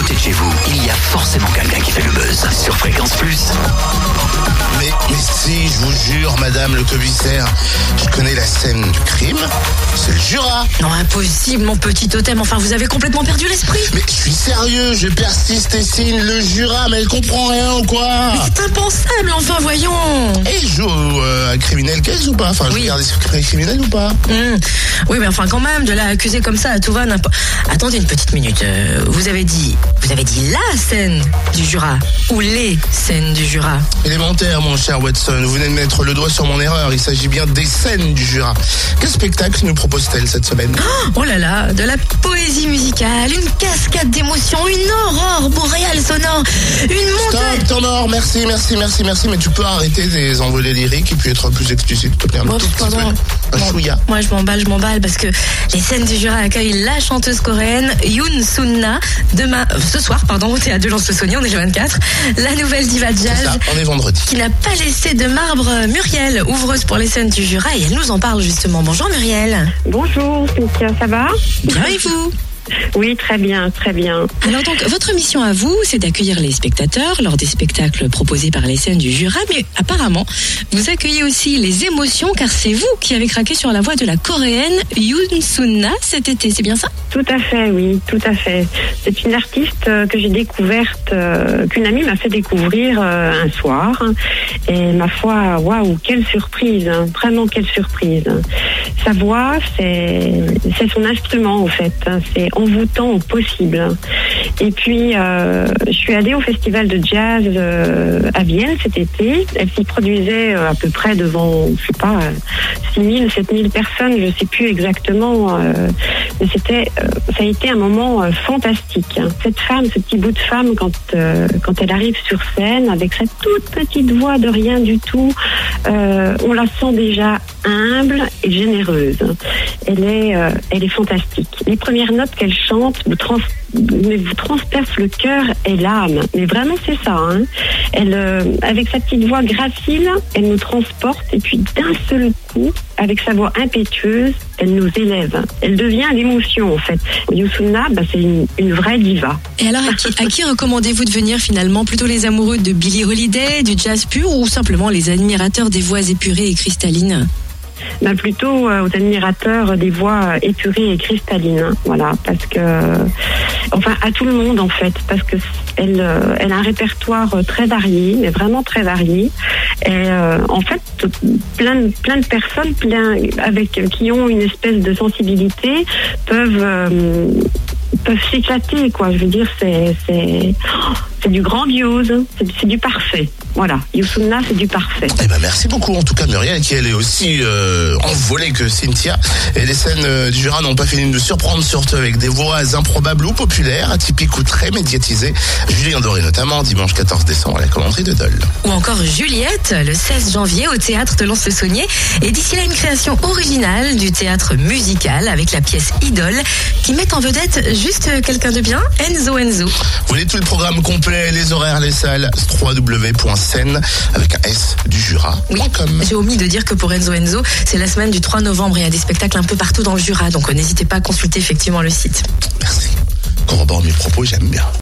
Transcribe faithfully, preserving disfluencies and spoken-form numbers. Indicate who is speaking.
Speaker 1: côté de chez vous, il y a forcément quelqu'un qui fait le buzz sur Fréquence Plus.
Speaker 2: Mais, mais si, je vous jure, madame le commissaire, je connais la scène du crime, c'est le Jura.
Speaker 3: Non, impossible, mon petit totem. Enfin, vous avez complètement perdu l'esprit.
Speaker 2: Mais je suis sérieux, je persiste et signe le Jura, mais elle comprend rien ou quoi?
Speaker 3: Mais c'est impensable, enfin, voyons.
Speaker 2: Et je joue euh, à criminel qu'elle ou pas? Enfin, je
Speaker 3: Oui.
Speaker 2: regarde les secrets criminels ou pas?
Speaker 3: Mmh. Oui, mais enfin, quand même, de la accuser comme ça à tout va, n'importe. Attendez une petite minute. Euh, vous avez dit, vous avez dit la scène du Jura ou les scènes du Jura?
Speaker 2: Élémentaire, mon cher Watson, vous venez de mettre le doigt sur mon erreur, il s'agit bien des scènes du Jura. Quel spectacle nous propose-t-elle cette semaine?
Speaker 3: Oh là là, de la poésie musicale, une cascade d'émotions, une aurore boréale sonore, une montagne.
Speaker 2: Stop, temps mort, merci, merci, merci, merci, mais tu peux arrêter des envolées lyriques et puis être plus explicite, s'il te plaît, un
Speaker 3: Bon,
Speaker 2: tout petit
Speaker 3: pardon.
Speaker 2: peu. Un
Speaker 3: Bon,
Speaker 2: chouïa.
Speaker 3: moi je m'emballe, je m'emballe parce que les scènes du Jura accueillent la chanteuse coréenne Yoon Sun-na demain, euh, ce soir, pardon, au théâtre de Lens-le-Saunier, on est le vingt-quatre. La nouvelle diva de
Speaker 2: C'est
Speaker 3: jazz
Speaker 2: ça, on est vendredi.
Speaker 3: qui n'a pas laissé de marbre, Muriel, ouvreuse pour les scènes du Jura, et elle nous en parle justement. Bonjour Muriel.
Speaker 4: Bonjour Cynthia, ça va?
Speaker 3: Bien et vous?
Speaker 4: Oui, très bien, très bien.
Speaker 3: Alors donc, votre mission à vous, c'est d'accueillir les spectateurs lors des spectacles proposés par les scènes du Jura, mais apparemment, vous accueillez aussi les émotions, car c'est vous qui avez craqué sur la voix de la coréenne Yoon Sun-na cet été, c'est bien ça?
Speaker 4: Tout à fait, oui, tout à fait. C'est une artiste euh, que j'ai découverte, euh, qu'une amie m'a fait découvrir euh, un soir. Et ma foi, waouh, quelle surprise, hein, vraiment quelle surprise. Sa voix, c'est, c'est son instrument en fait, hein, c'est envoûtant au possible. Et puis, euh, je suis allée au festival de jazz euh, à Vienne cet été. Elle s'y produisait euh, à peu près devant, je sais pas, euh, six mille, sept mille personnes, je sais plus exactement. Euh, mais c'était, euh, ça a été un moment euh, fantastique. Hein. Cette femme, ce petit bout de femme, quand euh, quand elle arrive sur scène avec sa toute petite voix de rien du tout, euh, on la sent déjà humble et généreuse. Elle est, euh, elle est fantastique. Les premières notes qu'elle chante vous, trans, mais vous transpercent le cœur et l'âme. Mais vraiment, c'est ça. Hein. Elle, euh, avec sa petite voix gracile, elle nous transporte et puis d'un seul coup, avec sa voix impétueuse, elle nous élève. Elle devient l'émotion, en fait. Yoon Sun-na, bah, c'est une, une vraie diva.
Speaker 3: Et alors, à qui, à qui recommandez-vous de venir finalement? Plutôt les amoureux de Billie Holiday, du jazz pur, ou simplement les admirateurs des voix épurées et cristallines?
Speaker 4: Bah, plutôt euh, aux admirateurs des voix épurées et cristallines. Hein, voilà, parce que, enfin, à tout le monde en fait, parce que elle, euh, elle a un répertoire très varié, mais vraiment très varié. Et euh, en fait, plein de, plein de personnes, plein avec qui ont une espèce de sensibilité peuvent euh, peuvent s'éclater, quoi. Je veux dire, c'est c'est c'est du grandiose, c'est, c'est du parfait. Voilà, Yoon Sun-na, c'est du parfait.
Speaker 2: Eh ben merci beaucoup en tout cas Muriel, qui elle est aussi euh, envolée que Cynthia. Et les scènes euh, du Jura n'ont pas fini de nous surprendre, surtout avec des voix improbables ou populaires, atypiques ou très médiatisées. Julien Doré notamment, dimanche quatorze décembre à la commanderie de Dole.
Speaker 3: Ou encore Juliette, le seize janvier au théâtre de Lens-le-Saunier. Et d'ici là, une création originale du théâtre musical avec la pièce Idole, qui met en vedette juste quelqu'un de bien, Enzo Enzo.
Speaker 2: Vous voulez tout le programme complet, les horaires, les salles, w w w point scène avec un S du Jura.
Speaker 3: Oui, j'ai omis de dire que pour Enzo Enzo, c'est la semaine du trois novembre. Il y a des spectacles un peu partout dans le Jura, donc n'hésitez pas à consulter effectivement le site.
Speaker 2: Merci. Corrobore mes propos, j'aime bien.